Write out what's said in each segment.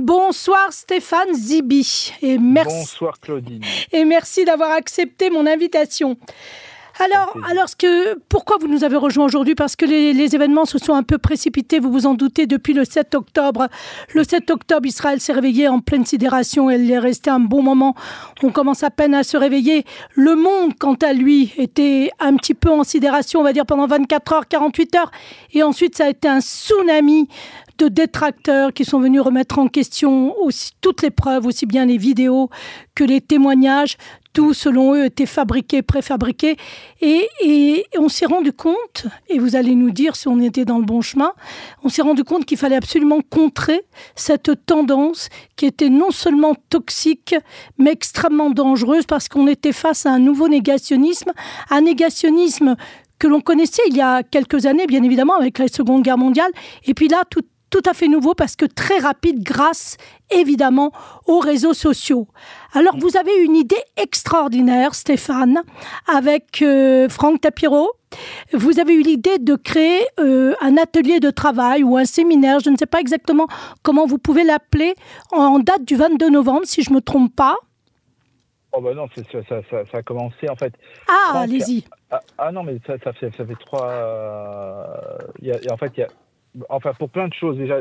Bonsoir Stéphane Zibi. Et merci. Bonsoir Claudine. Et merci d'avoir accepté mon invitation. Alors, pourquoi vous nous avez rejoints aujourd'hui? Parce que les événements se sont un peu précipités, vous vous en doutez, depuis le 7 octobre. Le 7 octobre, Israël s'est réveillé en pleine sidération. Elle est restée un bon moment. On commence à peine à se réveiller. Le monde, quant à lui, était un petit peu en sidération, on va dire, pendant 24 heures, 48 heures. Et ensuite, ça a été un tsunami de détracteurs qui sont venus remettre en question aussi toutes les preuves, aussi bien les vidéos que les témoignages. Tout, selon eux, était fabriqué, préfabriqué. Et on s'est rendu compte, et vous allez nous dire si on était dans le bon chemin, on s'est rendu compte qu'il fallait absolument contrer cette tendance qui était non seulement toxique, mais extrêmement dangereuse, parce qu'on était face à un nouveau négationnisme, un négationnisme que l'on connaissait il y a quelques années, bien évidemment, avec la Seconde Guerre mondiale. Et puis là, tout à fait nouveau, parce que très rapide, grâce évidemment aux réseaux sociaux. Alors, vous avez une idée extraordinaire, Stéphane, avec Franck Tapiro. Vous avez eu l'idée de créer un atelier de travail ou un séminaire, je ne sais pas exactement comment vous pouvez l'appeler, en date du 22 novembre, si je ne me trompe pas. Oh ben non, ça a commencé en fait. Ah, Franck, allez-y. Non, mais ça fait trois... Enfin, pour plein de choses, déjà,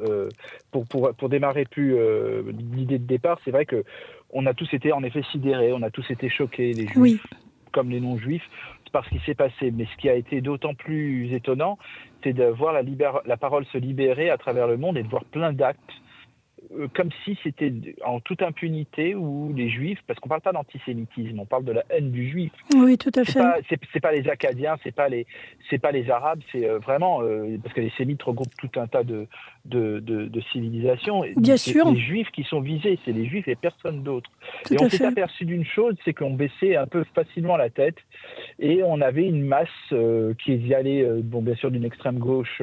pour démarrer plus l'idée de départ, c'est vrai qu'on a tous été en effet sidérés, on a tous été choqués, les juifs comme les non-juifs, par ce qui s'est passé. Mais ce qui a été d'autant plus étonnant, c'est de voir la parole se libérer à travers le monde et de voir plein d'actes, comme si c'était en toute impunité où les juifs, parce qu'on ne parle pas d'antisémitisme, on parle de la haine du juif. Oui, tout à fait. C'est pas les Acadiens, c'est pas les Arabes, c'est vraiment parce que les Sémites regroupent tout un tas de civilisations. Bien sûr. C'est les Juifs qui sont visés, c'est les Juifs et personne d'autre. Et on s'est aperçu d'une chose, c'est qu'on baissait un peu facilement la tête et on avait une masse qui y allait, bien sûr, d'une extrême gauche.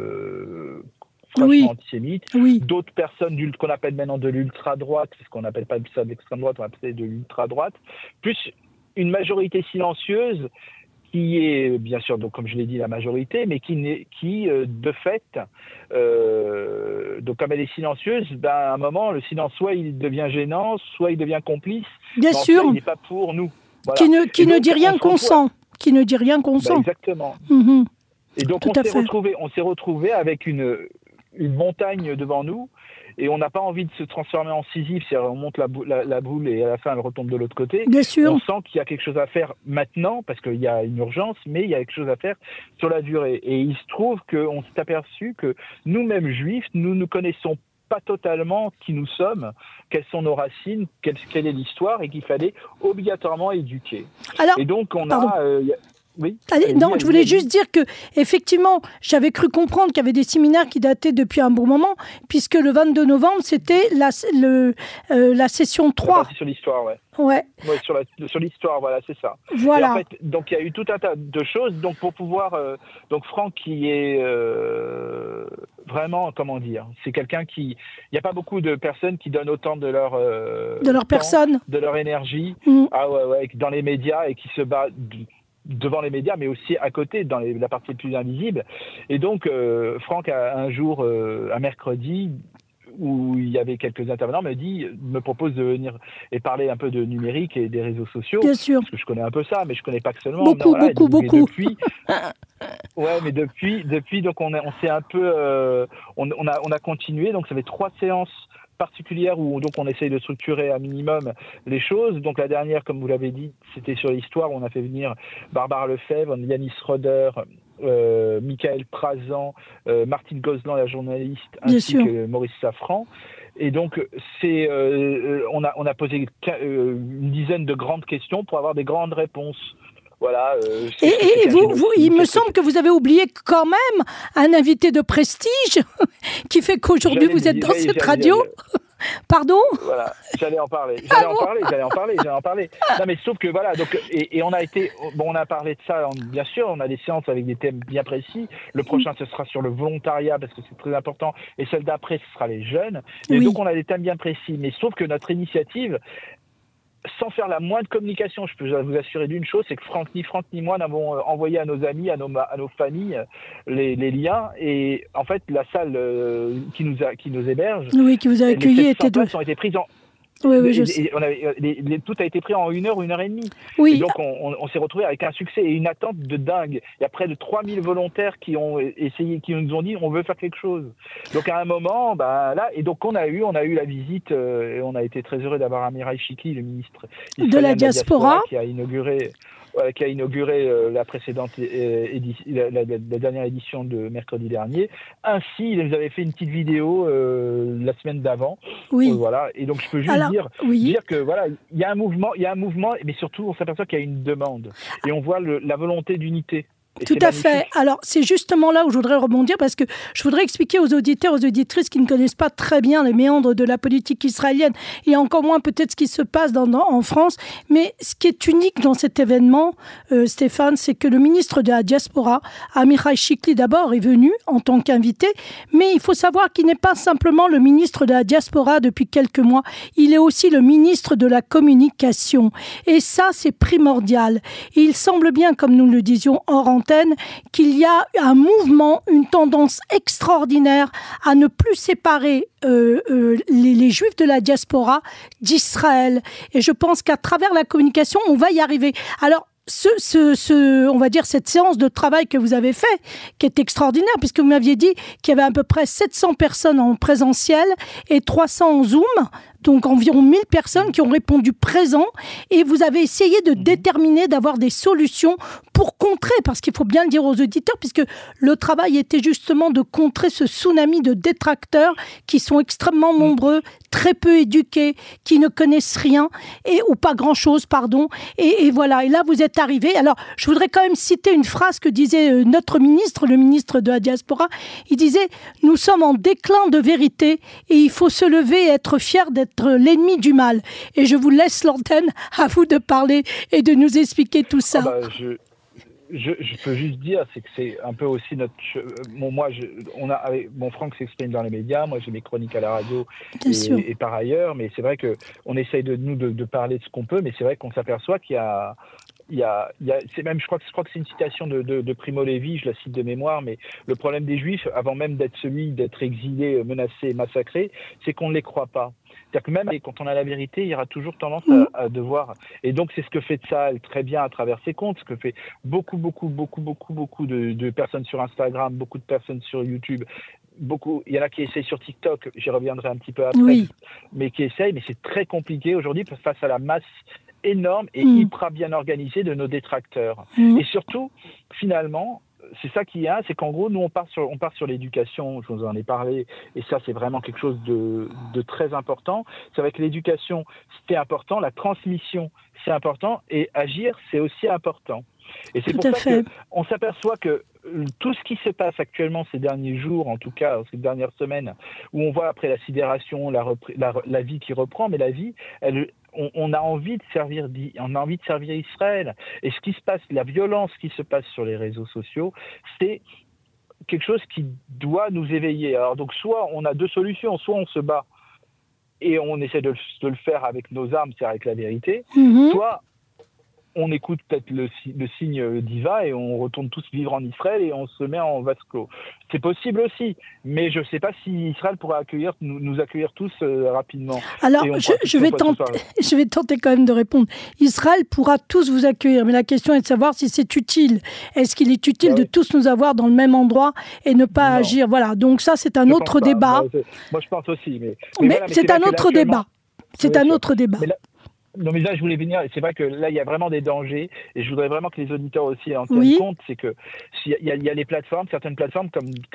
Antisémite, d'autres personnes qu'on appelle maintenant de l'ultra-droite, parce qu'on n'appelle pas ça de l'extrême-droite, on appelle ça de l'ultra-droite, plus une majorité silencieuse qui est, bien sûr, donc comme je l'ai dit, la majorité, mais qui de fait, donc comme elle est silencieuse, à un moment, le silence, soit il devient gênant, soit il devient complice. Bien sûr. Il n'est pas pour nous. Voilà. Qui ne dit rien qu'on sent. Qui ne dit rien qu'on sent. Exactement. Mm-hmm. Et donc on s'est retrouvé avec une montagne devant nous, et on n'a pas envie de se transformer en Sisyphe, c'est-à-dire on monte la boule et à la fin elle retombe de l'autre côté. Bien sûr. On sent qu'il y a quelque chose à faire maintenant, parce qu'il y a une urgence, mais il y a quelque chose à faire sur la durée. Et il se trouve qu'on s'est aperçu que nous-mêmes juifs, nous ne connaissons pas totalement qui nous sommes, quelles sont nos racines, quelle est l'histoire, et qu'il fallait obligatoirement éduquer. Alors, et donc on Oui. Je voulais juste dire que, effectivement, j'avais cru comprendre qu'il y avait des séminaires qui dataient depuis un bon moment, puisque le 22 novembre, c'était la session 3. C'est sur l'histoire, ouais. Ouais, sur l'histoire, voilà, c'est ça. Voilà. Et en fait, donc il y a eu tout un tas de choses. Donc pour pouvoir, donc Franck qui est vraiment, comment dire, c'est quelqu'un qui, il n'y a pas beaucoup de personnes qui donnent autant de leur personne, de leur énergie, dans les médias, et qui se battent devant les médias, mais aussi à côté, dans la partie plus invisible. Et donc, Franck, un jour, un mercredi, où il y avait quelques intervenants, me propose de venir et parler un peu de numérique et des réseaux sociaux. Bien sûr. Parce que je connais un peu ça, mais je connais pas que seulement. Beaucoup. Depuis, donc on s'est un peu, on a continué. Donc ça fait 3 séances particulière où donc on essaye de structurer à minimum les choses. Donc la dernière, comme vous l'avez dit, c'était sur l'histoire, où on a fait venir Barbara Lefebvre, Yanis Roder, Michael Prazan, Martine Gozlan, la journaliste, ainsi que Maurice Safran. Et donc on a posé une dizaine de grandes questions pour avoir des grandes réponses. Voilà, et il me semble que vous avez oublié quand même un invité de prestige qui fait qu'aujourd'hui vous êtes dans cette radio. Pardon ? Voilà, j'allais en parler. Non, mais sauf que voilà, donc, et on a été, on a parlé de ça, bien sûr, on a des séances avec des thèmes bien précis. Le prochain, ce sera sur le volontariat, parce que c'est très important, et celle d'après, ce sera les jeunes. Et donc, on a des thèmes bien précis. Mais sauf que notre initiative, sans faire la moindre communication. Je peux vous assurer d'une chose, c'est que ni Franck ni moi n'avons envoyé à nos amis, à nos familles, les liens. Et en fait, la salle qui nous héberge, oui, qui vous a accueilli, était ont été prises en... Oui, je sais. Tout a été pris en 1 heure ou 1h30. Oui. Et donc, on s'est retrouvé avec un succès et une attente de dingue. Il y a près de 3000 volontaires qui ont essayé, qui nous ont dit on veut faire quelque chose. Donc, à un moment, là, et donc, on a eu la visite, et on a été très heureux d'avoir Amirai Shikli, le ministre de la diaspora, qui a inauguré la précédente la dernière édition de mercredi dernier. Ainsi, il nous avait fait une petite vidéo la semaine d'avant. Oui. Voilà. Et donc, je peux juste dire que voilà, il y a un mouvement, mais surtout, on s'aperçoit qu'il y a une demande. Et on voit la volonté d'unité. Tout à fait. Alors, c'est justement là où je voudrais rebondir parce que je voudrais expliquer aux auditeurs, aux auditrices qui ne connaissent pas très bien les méandres de la politique israélienne et encore moins peut-être ce qui se passe en France. Mais ce qui est unique dans cet événement, Stéphane, c'est que le ministre de la Diaspora, Amirai Shikli d'abord, est venu en tant qu'invité. Mais il faut savoir qu'il n'est pas simplement le ministre de la Diaspora depuis quelques mois. Il est aussi le ministre de la Communication. Et ça, c'est primordial. Et il semble bien, comme nous le disions hors antenne, qu'il y a un mouvement, une tendance extraordinaire à ne plus séparer les Juifs de la diaspora d'Israël. Et je pense qu'à travers la communication, on va y arriver. Alors, on va dire cette séance de travail que vous avez fait, qui est extraordinaire, puisque vous m'aviez dit qu'il y avait à peu près 700 personnes en présentiel et 300 en Zoom, donc environ 1000 personnes qui ont répondu présent, et vous avez essayé de déterminer, d'avoir des solutions pour contrer, parce qu'il faut bien le dire aux auditeurs, puisque le travail était justement de contrer ce tsunami de détracteurs qui sont extrêmement nombreux, très peu éduqués, qui ne connaissent rien, ou pas grand-chose, pardon, et voilà. Et là, vous êtes arrivé. Alors, je voudrais quand même citer une phrase que disait notre ministre, le ministre de la Diaspora. Il disait « Nous sommes en déclin de vérité et il faut se lever et être fier d'être l'ennemi du mal. » Et je vous laisse l'antenne, à vous de parler et de nous expliquer tout ça. Je peux juste dire, c'est que c'est un peu aussi notre... Franck s'exprime dans les médias, moi j'ai mes chroniques à la radio et par ailleurs, mais c'est vrai qu'on essaye de parler de ce qu'on peut, mais c'est vrai qu'on s'aperçoit qu'il y a c'est même, je crois que c'est une citation de Primo Levi, je la cite de mémoire, mais le problème des Juifs, avant même d'être exilés, menacés, massacrés, c'est qu'on ne les croit pas. C'est-à-dire que même quand on a la vérité, il y aura toujours tendance à devoir... Et donc, c'est ce que fait Tsahal très bien à travers ses comptes, ce que fait beaucoup de personnes sur Instagram, beaucoup de personnes sur YouTube. Il y en a qui essayent sur TikTok, j'y reviendrai un petit peu après, mais qui essayent, mais c'est très compliqué aujourd'hui face à la masse énorme et hyper bien organisée de nos détracteurs. Et surtout, finalement... C'est ça qu'il y a, c'est qu'en gros, nous, on part sur l'éducation, je vous en ai parlé, et ça, c'est vraiment quelque chose de très important. C'est vrai que l'éducation, c'est important, la transmission, c'est important, et agir, c'est aussi important. Et c'est pour ça qu'on s'aperçoit que tout ce qui se passe actuellement ces derniers jours, en tout cas ces dernières semaines, où on voit après la sidération, la vie qui reprend, mais la vie, on a envie de servir Israël. Et ce qui se passe, la violence qui se passe sur les réseaux sociaux, c'est quelque chose qui doit nous éveiller. Alors donc, soit on a deux solutions, soit on se bat et on essaie de le faire avec nos armes, c'est-à-dire avec la vérité, soit on écoute peut-être le signe divin et on retourne tous vivre en Israël et on se met en vase clos. C'est possible aussi, mais je ne sais pas si Israël pourra nous accueillir tous rapidement. Alors, je vais tenter quand même de répondre. Israël pourra tous vous accueillir, mais la question est de savoir si c'est utile. Est-ce qu'il est utile de tous nous avoir dans le même endroit et ne pas agir? Voilà, donc ça, c'est un autre débat. Moi, je pense aussi. Mais c'est un autre débat. C'est un autre débat. Non, mais là, je voulais venir, c'est vrai que là, il y a vraiment des dangers, et je voudrais vraiment que les auditeurs aussi en tiennent compte, c'est que il y a les plateformes, certaines plateformes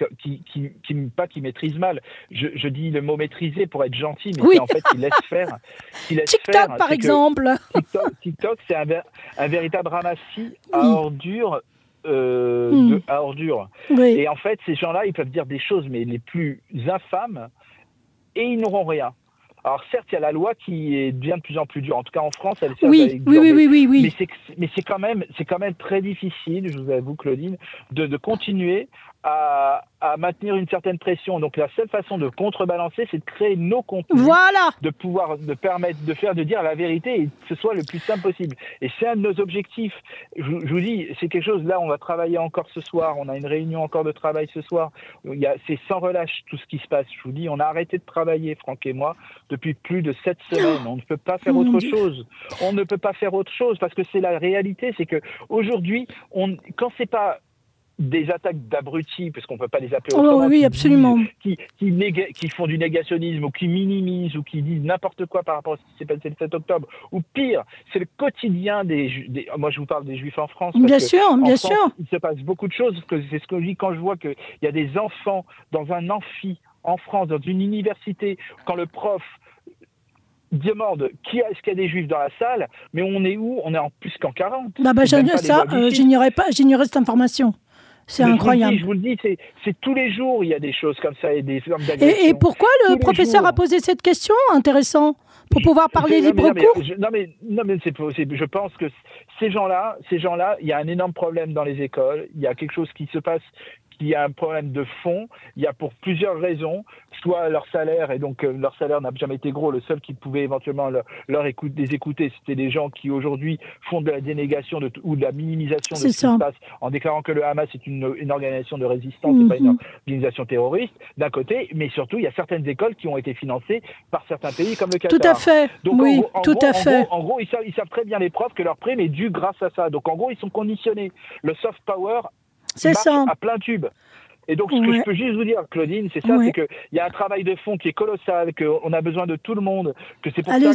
qui maîtrisent mal. Je dis le mot maîtriser pour être gentil, mais en fait, ils laissent faire. TikTok, par exemple. TikTok, c'est un véritable ramassis à ordures. À ordures. Et en fait, ces gens-là, ils peuvent dire des choses, mais les plus infâmes, et ils n'auront rien. Alors certes, il y a la loi qui devient de plus en plus dure. En tout cas, en France, elle sert oui. Mais c'est quand même très difficile, je vous avoue, Claudine, de continuer à maintenir une certaine pression. Donc la seule façon de contrebalancer, c'est de créer nos contenus, voilà, de permettre de dire la vérité et que ce soit le plus simple possible. Et c'est un de nos objectifs. Je vous dis, c'est quelque chose, là, on va travailler encore ce soir, on a une réunion encore de travail ce soir. C'est sans relâche tout ce qui se passe. Je vous dis, on a arrêté de travailler, Franck et moi, depuis plus de 7 semaines. On ne peut pas faire autre chose. On ne peut pas faire autre chose parce que c'est la réalité, c'est que aujourd'hui, quand c'est pas des attaques d'abrutis, parce qu'on ne peut pas les appeler autrement, oui, absolument. qui font du négationnisme ou qui minimisent ou qui disent n'importe quoi par rapport à ce qui s'est passé le 7 octobre. Ou pire, c'est le quotidien moi je vous parle des Juifs en France. Bien sûr. Il se passe beaucoup de choses, c'est ce que je dis quand je vois qu'il y a des enfants dans un amphi en France, dans une université, quand le prof demande est-ce qu'il y a des Juifs dans la salle, mais on est où? On est en plus qu'en 40. J'ignorais cette information. C'est incroyable. Je vous le dis, c'est tous les jours, il y a des choses comme ça et des formes d'agression. Et pourquoi le professeur a posé cette question? Intéressant. Pour pouvoir parler libre cours. Je pense que ces gens-là, il y a un énorme problème dans les écoles. Il y a quelque chose qui se passe, il y a un problème de fond. Il y a pour plusieurs raisons, soit leur salaire, et donc leur salaire n'a jamais été gros. Le seul qui pouvait éventuellement les écouter, c'était des gens qui aujourd'hui font de la dénégation ou de la minimisation de ce qui se passe, en déclarant que le Hamas est une organisation de résistance, c'est pas une organisation terroriste, d'un côté, mais surtout, il y a certaines écoles qui ont été financées par certains pays comme le Qatar. Tout à fait. Donc, oui, en gros, ils savent très bien les profs que leur prime est due grâce à ça. Donc en gros, ils sont conditionnés. Le soft power marche à plein tube. Et donc, ce que je peux juste vous dire, Claudine, c'est ça, c'est qu'il y a un travail de fond qui est colossal, qu'on a besoin de tout le monde, que c'est pour ça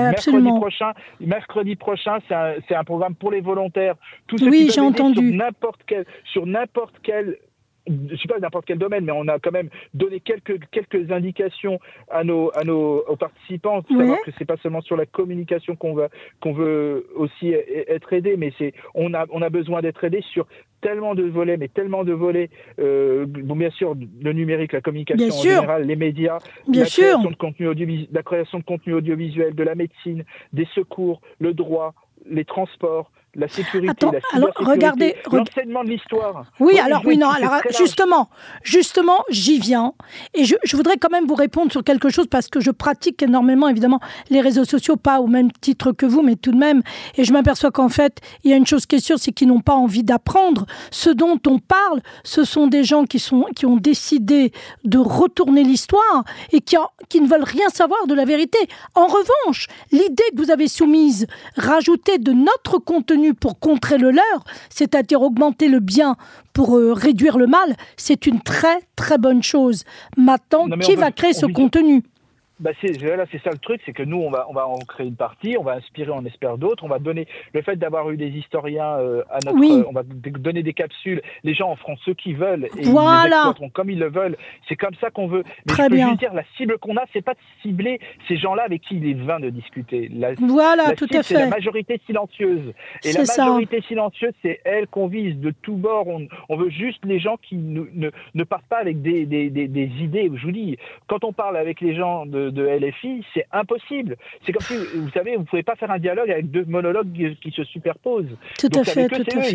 que mercredi prochain, c'est un programme pour les volontaires. Tous ceux qui peuvent aider sur n'importe quel je ne sais pas n'importe quel domaine, mais on a quand même donné quelques indications aux participants, de savoir que c'est pas seulement sur la communication qu'on veut aussi être aidé, mais on a besoin d'être aidé sur tellement de volets, bien sûr, le numérique, la communication en général, les médias, la création de contenu audiovisuel, de la médecine, des secours, le droit, les transports, la sécurité, la cybersécurité, l'enseignement de l'histoire. Justement, j'y viens. Et je voudrais quand même vous répondre sur quelque chose parce que je pratique énormément, évidemment, les réseaux sociaux, pas au même titre que vous, mais tout de même. Et je m'aperçois qu'en fait, il y a une chose qui est sûre, c'est qu'ils n'ont pas envie d'apprendre. Ce dont on parle, ce sont des gens qui ont décidé de retourner l'histoire et qui ne veulent rien savoir de la vérité. En revanche, l'idée que vous avez soumise, rajouter de notre contenu pour contrer le leur, c'est-à-dire augmenter le bien pour réduire le mal, c'est une très très bonne chose. Maintenant, qui va créer ce contenu ? C'est ça le truc, c'est que nous, on va en créer une partie, on va inspirer, on espère d'autres, on va donner le fait d'avoir eu des historiens on va donner des capsules, les gens en feront ce qu'ils veulent et ils les exploiteront comme ils le veulent. C'est comme ça qu'on veut. Mais je peux juste dire, la cible qu'on a, c'est pas de cibler ces gens-là avec qui il est vain de discuter. La cible, c'est la majorité silencieuse. Et la majorité silencieuse, c'est elle qu'on vise de tous bords. On veut juste les gens qui ne partent pas avec des idées. Je vous dis, quand on parle avec les gens de LFI, c'est impossible. C'est comme si, vous savez, vous ne pouvez pas faire un dialogue avec deux monologues qui se superposent. Tout à fait.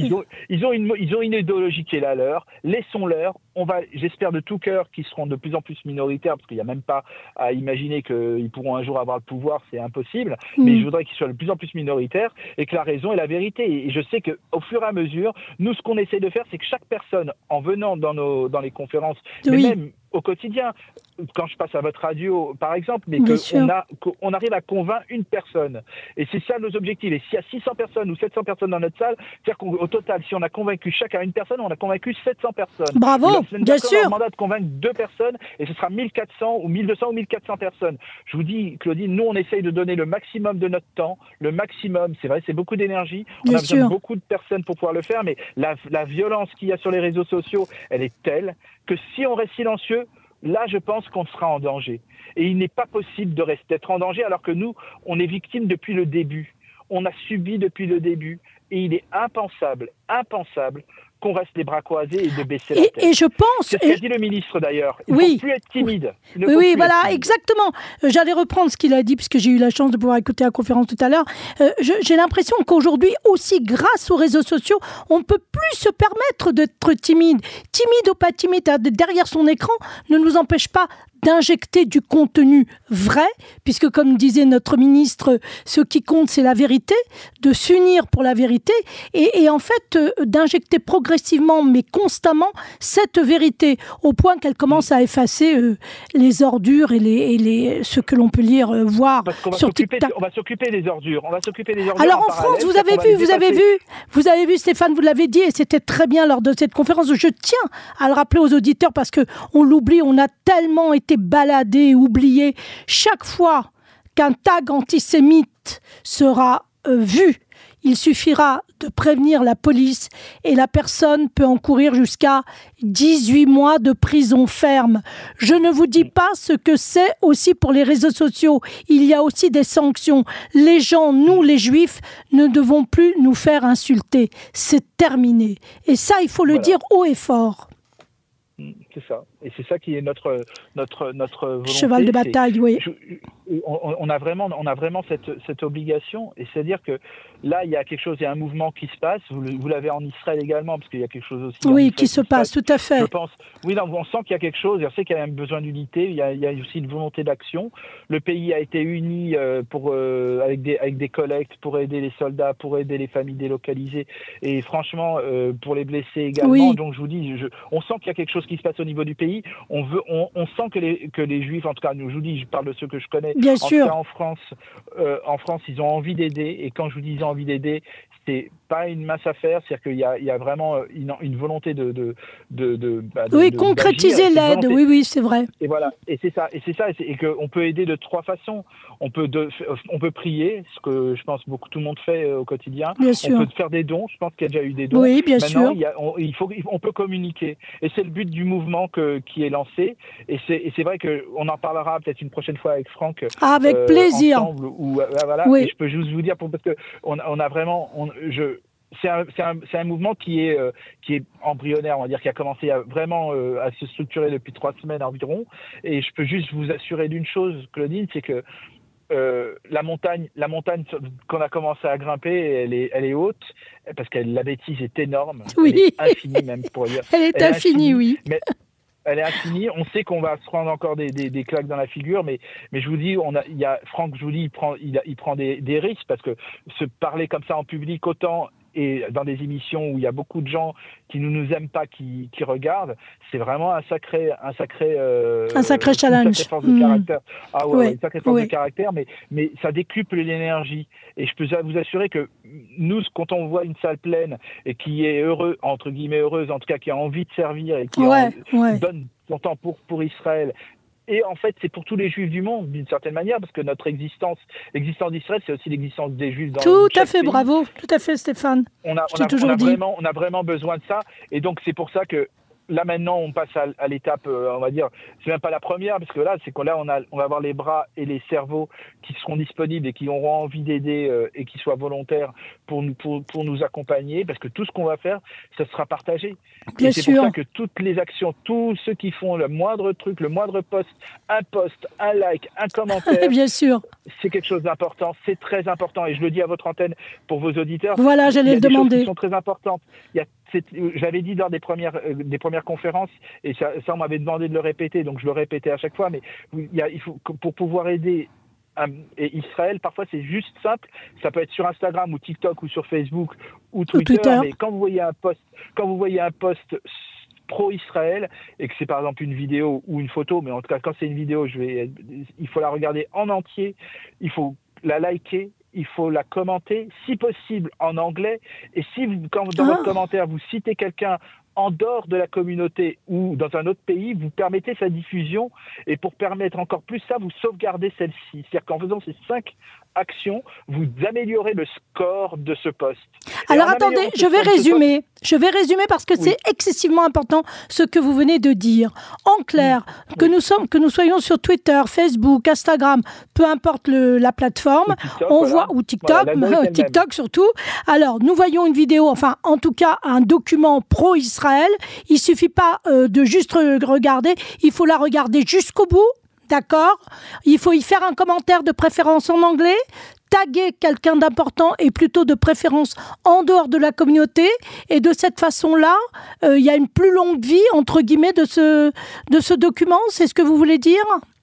Ils ont une idéologie qui est la leur. Laissons-leur. J'espère de tout cœur qu'ils seront de plus en plus minoritaires, parce qu'il n'y a même pas à imaginer qu'ils pourront un jour avoir le pouvoir, c'est impossible. Mais je voudrais qu'ils soient de plus en plus minoritaires et que la raison est la vérité. Et je sais qu'au fur et à mesure, nous, ce qu'on essaie de faire, c'est que chaque personne, en venant dans les conférences, mais même au quotidien, quand je passe à votre radio, par exemple, mais qu'on arrive à convaincre une personne. Et c'est ça nos objectifs. Et s'il y a 600 personnes ou 700 personnes dans notre salle, c'est-à-dire qu'au total, si on a convaincu chacun une personne, on a convaincu 700 personnes. Bravo, bien sûr. On a le mandat de convaincre 2 personnes et ce sera 1400 ou 1200 ou 1400 personnes. Je vous dis, Claudine, nous, on essaye de donner le maximum de notre temps, le maximum. C'est vrai, c'est beaucoup d'énergie. On a besoin de beaucoup de personnes pour pouvoir le faire, mais la violence qu'il y a sur les réseaux sociaux, elle est telle que si on reste silencieux, là, je pense qu'on sera en danger. Et il n'est pas possible d'être en danger alors que nous, on est victime depuis le début. On a subi depuis le début. Et il est impensable qu'on reste les bras croisés et de baisser la tête. Et je pense... C'est ce qu'a dit le ministre d'ailleurs. Il ne faut plus être timide. Oui, voilà, exactement. J'allais reprendre ce qu'il a dit, puisque j'ai eu la chance de pouvoir écouter la conférence tout à l'heure. J'ai l'impression qu'aujourd'hui, aussi grâce aux réseaux sociaux, on ne peut plus se permettre d'être timide. Timide ou pas timide, derrière son écran, ne nous empêche pas d'injecter du contenu vrai, puisque comme disait notre ministre, ce qui compte c'est la vérité, de s'unir pour la vérité et en fait d'injecter progressivement mais constamment cette vérité au point qu'elle commence à effacer les ordures et ce que l'on peut lire, voir sur TikTok. On va s'occuper des ordures. Alors en France, vous avez vu Stéphane, vous l'avez dit et c'était très bien lors de cette conférence. Je tiens à le rappeler aux auditeurs parce que on l'oublie, on a tellement été baladé, oublié. Chaque fois qu'un tag antisémite sera vu, il suffira de prévenir la police et la personne peut encourir jusqu'à 18 mois de prison ferme. Je ne vous dis pas ce que c'est aussi pour les réseaux sociaux. Il y a aussi des sanctions. Les gens, nous les juifs, ne devons plus nous faire insulter. C'est terminé. Et ça, il faut le dire haut et fort. C'est ça. Et c'est ça qui est notre volonté. Cheval de bataille, oui. On a vraiment cette obligation. Et c'est-à-dire que là, il y a quelque chose, il y a un mouvement qui se passe. Vous l'avez en Israël également, parce qu'il y a quelque chose aussi. Oui, qui se passe, tout à fait. Je pense. Oui, non, on sent qu'il y a quelque chose. On sait qu'il y a besoin d'unité. Il y a aussi une volonté d'action. Le pays a été uni avec des collectes pour aider les soldats, pour aider les familles délocalisées. Et franchement, pour les blessés également. Oui. Donc, je vous dis, on sent qu'il y a quelque chose qui se passe au niveau du pays. On sent que les Juifs, en tout cas, je vous dis, je parle de ceux que je connais. Bien sûr. En France, ils ont envie d'aider. Et quand je vous dis ils ont envie d'aider, c'est pas une masse à faire. C'est-à-dire qu'il y a vraiment une volonté concrétiser l'aide. Oui, c'est vrai. Et voilà. Et c'est ça. Et qu'on peut aider de trois façons. On peut prier, ce que je pense tout le monde fait au quotidien. Bien sûr. On peut faire des dons. Je pense qu'il y a déjà eu des dons. Oui, bien Maintenant, sûr. on peut communiquer. Et c'est le but du mouvement qui est lancé. Et c'est vrai qu'on en parlera peut-être une prochaine fois avec Franck. Avec plaisir. Ensemble, voilà. Oui. Et je peux juste vous dire, parce que on a vraiment... C'est un mouvement qui est embryonnaire, on va dire, qui a commencé à se structurer depuis 3 semaines environ. Et je peux juste vous assurer d'une chose, Claudine, c'est que la montagne qu'on a commencé à grimper, elle est haute, parce que la bêtise est énorme. Oui. Elle est infinie même, pour dire. Elle est infinie, oui. Mais elle est infinie. On sait qu'on va se prendre encore des claques dans la figure, mais je vous dis, Franck, je vous dis, il prend des risques, parce que se parler comme ça en public autant et dans des émissions où il y a beaucoup de gens qui ne nous aiment pas, qui regardent, c'est vraiment un sacré challenge, une sacrée force de caractère. Une sacrée force de caractère, mais ça décuple l'énergie. Et je peux vous assurer que nous, quand on voit une salle pleine et qui est entre guillemets heureuse, en tout cas qui a envie de servir et qui donne son temps pour Israël. Et en fait, c'est pour tous les Juifs du monde, d'une certaine manière, parce que l'existence d'Israël, c'est aussi l'existence des Juifs dans tout à fait, pays. bravo, tout à fait, Stéphane. On a vraiment besoin de ça. Et donc, c'est pour ça que là, maintenant, on passe à l'étape, on va dire, c'est même pas la première, parce que là, on va avoir les bras et les cerveaux qui seront disponibles et qui auront envie d'aider et qui soient volontaires pour nous accompagner, parce que tout ce qu'on va faire, ça sera partagé. Bien sûr. C'est pour ça que toutes les actions, tous ceux qui font le moindre truc, le moindre post, un like, un commentaire, bien sûr, c'est quelque chose d'important, c'est très important. Et je le dis à votre antenne pour vos auditeurs. Voilà, j'allais le demander. Choses qui sont très importantes. J'avais dit lors des premières conférences, et ça on m'avait demandé de le répéter, donc je le répétais à chaque fois, mais il faut, pour pouvoir aider Israël, parfois c'est juste simple, ça peut être sur Instagram ou TikTok ou sur Facebook ou Twitter. Mais quand vous voyez un post pro-Israël et que c'est par exemple une vidéo ou une photo, mais en tout cas quand c'est une vidéo, il faut la regarder en entier, il faut la liker, il faut la commenter, si possible en anglais. Et si dans votre commentaire, vous citez quelqu'un en dehors de la communauté ou dans un autre pays, vous permettez sa diffusion. Et pour permettre encore plus ça, vous sauvegardez celle-ci. C'est-à-dire qu'en faisant ces 5 action, vous améliorez le score de ce poste. Alors attendez, je vais résumer parce que c'est excessivement important ce que vous venez de dire. En clair, que nous soyons sur Twitter, Facebook, Instagram, peu importe la plateforme, ou TikTok, TikTok surtout. Alors, nous voyons une vidéo, enfin, en tout cas, un document pro-Israël. Il suffit pas de juste regarder, il faut la regarder jusqu'au bout. D'accord ? Il faut y faire un commentaire de préférence en anglais, taguer quelqu'un d'important et plutôt de préférence en dehors de la communauté. Et de cette façon-là, il y a une plus longue vie, entre guillemets, de ce document. C'est ce que vous voulez dire ?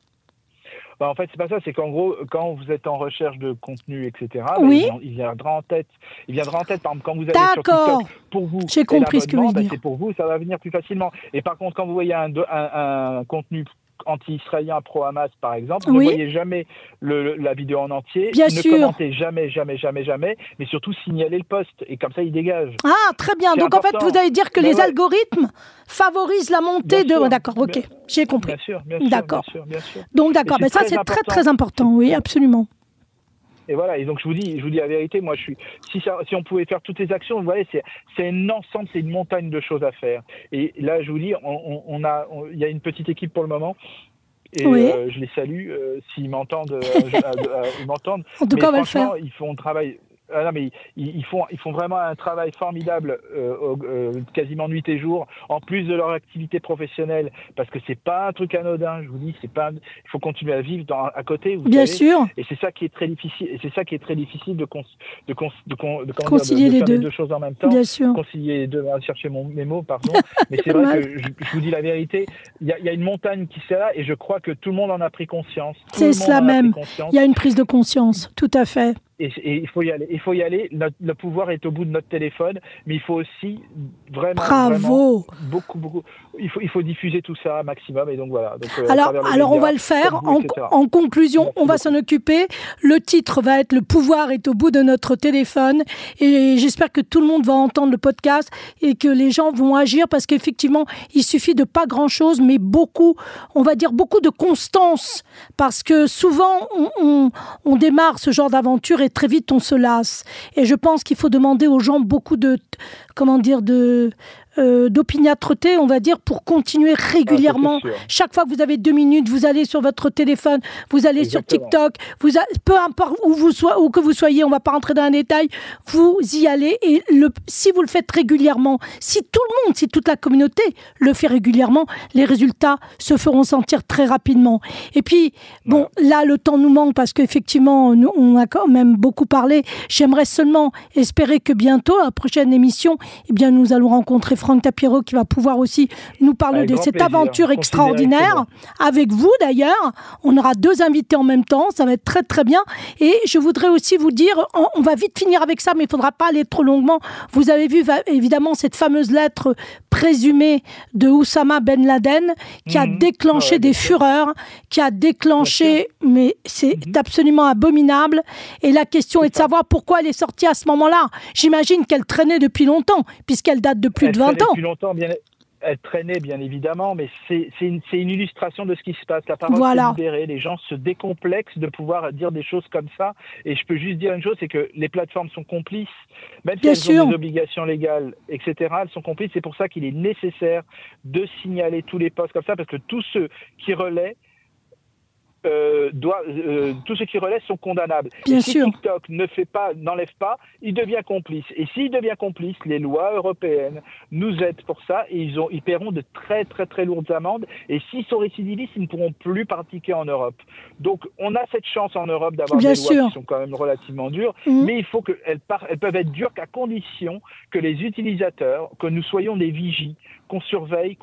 En fait, c'est pas ça. C'est qu'en gros, quand vous êtes en recherche de contenu, etc., il viendra en tête. Il viendra en tête, par exemple, quand vous allez sur TikTok, pour vous, j'ai compris ce que vous voulez dire. C'est pour vous, ça va venir plus facilement. Et par contre, quand vous voyez un contenu anti-israélien pro-Hamas, par exemple, ne voyez jamais la vidéo en entier, commentez jamais, mais surtout signalez le post, et comme ça, il dégage. Ah, très bien. Donc, en fait, vous allez dire que les algorithmes favorisent la montée de... D'accord, ok, j'ai compris. Bien sûr. D'accord. Donc, d'accord, ça, c'est très, très important, oui, absolument. Et voilà, et donc je vous dis la vérité, moi si on pouvait faire toutes les actions, vous voyez, c'est un ensemble, c'est une montagne de choses à faire. Et là, je vous dis, il y a une petite équipe pour le moment. Et je les salue s'ils m'entendent. Ils m'entendent. En tout cas, on va le faire. Ils font un travail. Non, mais ils font vraiment un travail formidable, quasiment nuit et jour, en plus de leur activité professionnelle, parce que c'est pas un truc anodin. Je vous dis, il faut continuer à vivre à côté. Bien sûr. Et c'est ça qui est très difficile. Et c'est ça qui est très difficile de concilier de les faire deux. Les deux choses en même temps. Bien sûr. Concilier les deux. Chercher mes mots, pardon. Mais c'est vrai que je vous dis la vérité. Il y a une montagne qui s'est là, et je crois que tout le monde en a pris conscience. C'est cela même. Il y a une prise de conscience, tout à fait. Et il faut y aller. Le pouvoir est au bout de notre téléphone, mais il faut aussi vraiment beaucoup. Il faut diffuser tout ça un maximum, et donc voilà. Donc, alors on va le faire. En conclusion, on va s'en occuper. Le titre va être « Le pouvoir est au bout de notre téléphone ». Et j'espère que tout le monde va entendre le podcast et que les gens vont agir, parce qu'effectivement, il suffit de pas grand-chose, mais beaucoup de constance. Parce que souvent, on démarre ce genre d'aventure et très vite on se lasse. Et je pense qu'il faut demander aux gens beaucoup d'opiniâtreté, on va dire, pour continuer régulièrement. Chaque fois que vous avez 2 minutes, vous allez sur votre téléphone, vous allez sur TikTok, peu importe où que vous soyez, on ne va pas rentrer dans un détail, vous y allez, et si vous le faites régulièrement, si toute la communauté le fait régulièrement, les résultats se feront sentir très rapidement. Et puis, là, le temps nous manque, parce qu'effectivement, on a quand même beaucoup parlé. J'aimerais seulement espérer que bientôt, à la prochaine émission, nous allons rencontrer Franck Tapiero, qui va pouvoir aussi nous parler de cette aventure extraordinaire. Avec vous, d'ailleurs. On aura 2 invités en même temps. Ça va être très, très bien. Et je voudrais aussi vous dire, on va vite finir avec ça, mais il ne faudra pas aller trop longuement. Vous avez vu, évidemment, cette fameuse lettre présumée de Oussama Ben Laden, qui a déclenché des fureurs, qui a déclenché... Mais c'est absolument abominable. Et la question est de savoir pourquoi elle est sortie à ce moment-là. J'imagine qu'elle traînait depuis longtemps, puisqu'elle date de plus de 20 ans. Depuis longtemps, elle traînait, bien évidemment, mais c'est une illustration de ce qui se passe. La parole s'est libérée, les gens se décomplexent de pouvoir dire des choses comme ça. Et je peux juste dire une chose, c'est que les plateformes sont complices, même si elles ont des obligations légales, etc., elles sont complices. C'est pour ça qu'il est nécessaire de signaler tous les posts comme ça, parce que tous ceux qui relaient tous ceux qui relaient sont condamnables. Bien si sûr. TikTok n'enlève pas, il devient complice. Et s'il devient complice, les lois européennes nous aident pour ça, et ils paieront de très très très lourdes amendes. Et s'ils sont récidivistes, ils ne pourront plus pratiquer en Europe. Donc on a cette chance en Europe d'avoir des lois qui sont quand même relativement dures, mais il faut elles peuvent être dures qu'à condition que les utilisateurs, que nous soyons des vigies, qu'on surveille.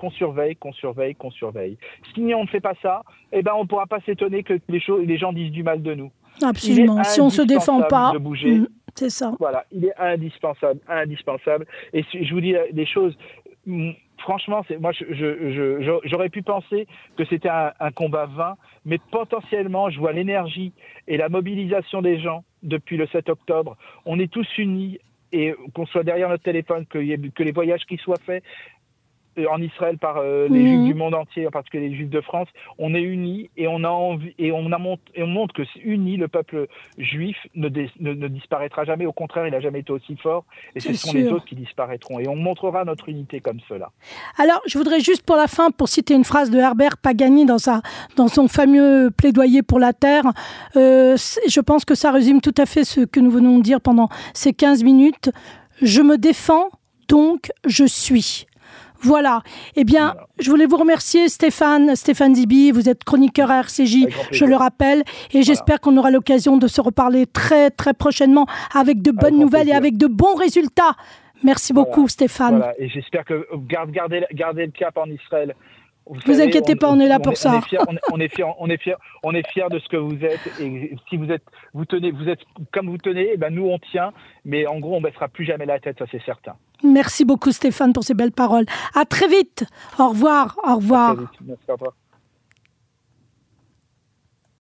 Si on ne fait pas ça, on ne pourra pas s'étonner que les gens disent du mal de nous. Absolument. Si on ne se défend pas, de bouger. C'est ça. Voilà, il est indispensable. Et je vous dis des choses. Franchement, moi, j'aurais pu penser que c'était un combat vain, mais potentiellement, je vois l'énergie et la mobilisation des gens depuis le 7 octobre. On est tous unis, et qu'on soit derrière notre téléphone, que les voyages qui soient faits, en Israël par les Juifs du monde entier, en particulier les Juifs de France. On est unis et on a envie et on montre que unis, le peuple juif ne disparaîtra jamais. Au contraire, il n'a jamais été aussi fort. Et ce sont les autres qui disparaîtront. Et on montrera notre unité comme cela. Alors, je voudrais juste pour la fin, pour citer une phrase de Herbert Pagani dans son fameux plaidoyer pour la terre, je pense que ça résume tout à fait ce que nous venons de dire pendant ces 15 minutes. Je me défends, donc je suis. Voilà. Eh bien, je voulais vous remercier, Stéphane Zibi. Vous êtes chroniqueur à RCJ, je le rappelle. Et j'espère qu'on aura l'occasion de se reparler très, très prochainement avec de bonnes nouvelles et avec de bons résultats. Merci beaucoup, Stéphane. Voilà. Et j'espère que gardez le cap en Israël. Vous inquiétez pas, on est là pour ça. On est fiers de ce que vous êtes. Et si vous êtes comme vous tenez, ben nous on tient. Mais en gros, on ne baissera plus jamais la tête, ça c'est certain. Merci beaucoup Stéphane pour ces belles paroles. À très vite. Au revoir. Au revoir. À très vite. Merci, au revoir.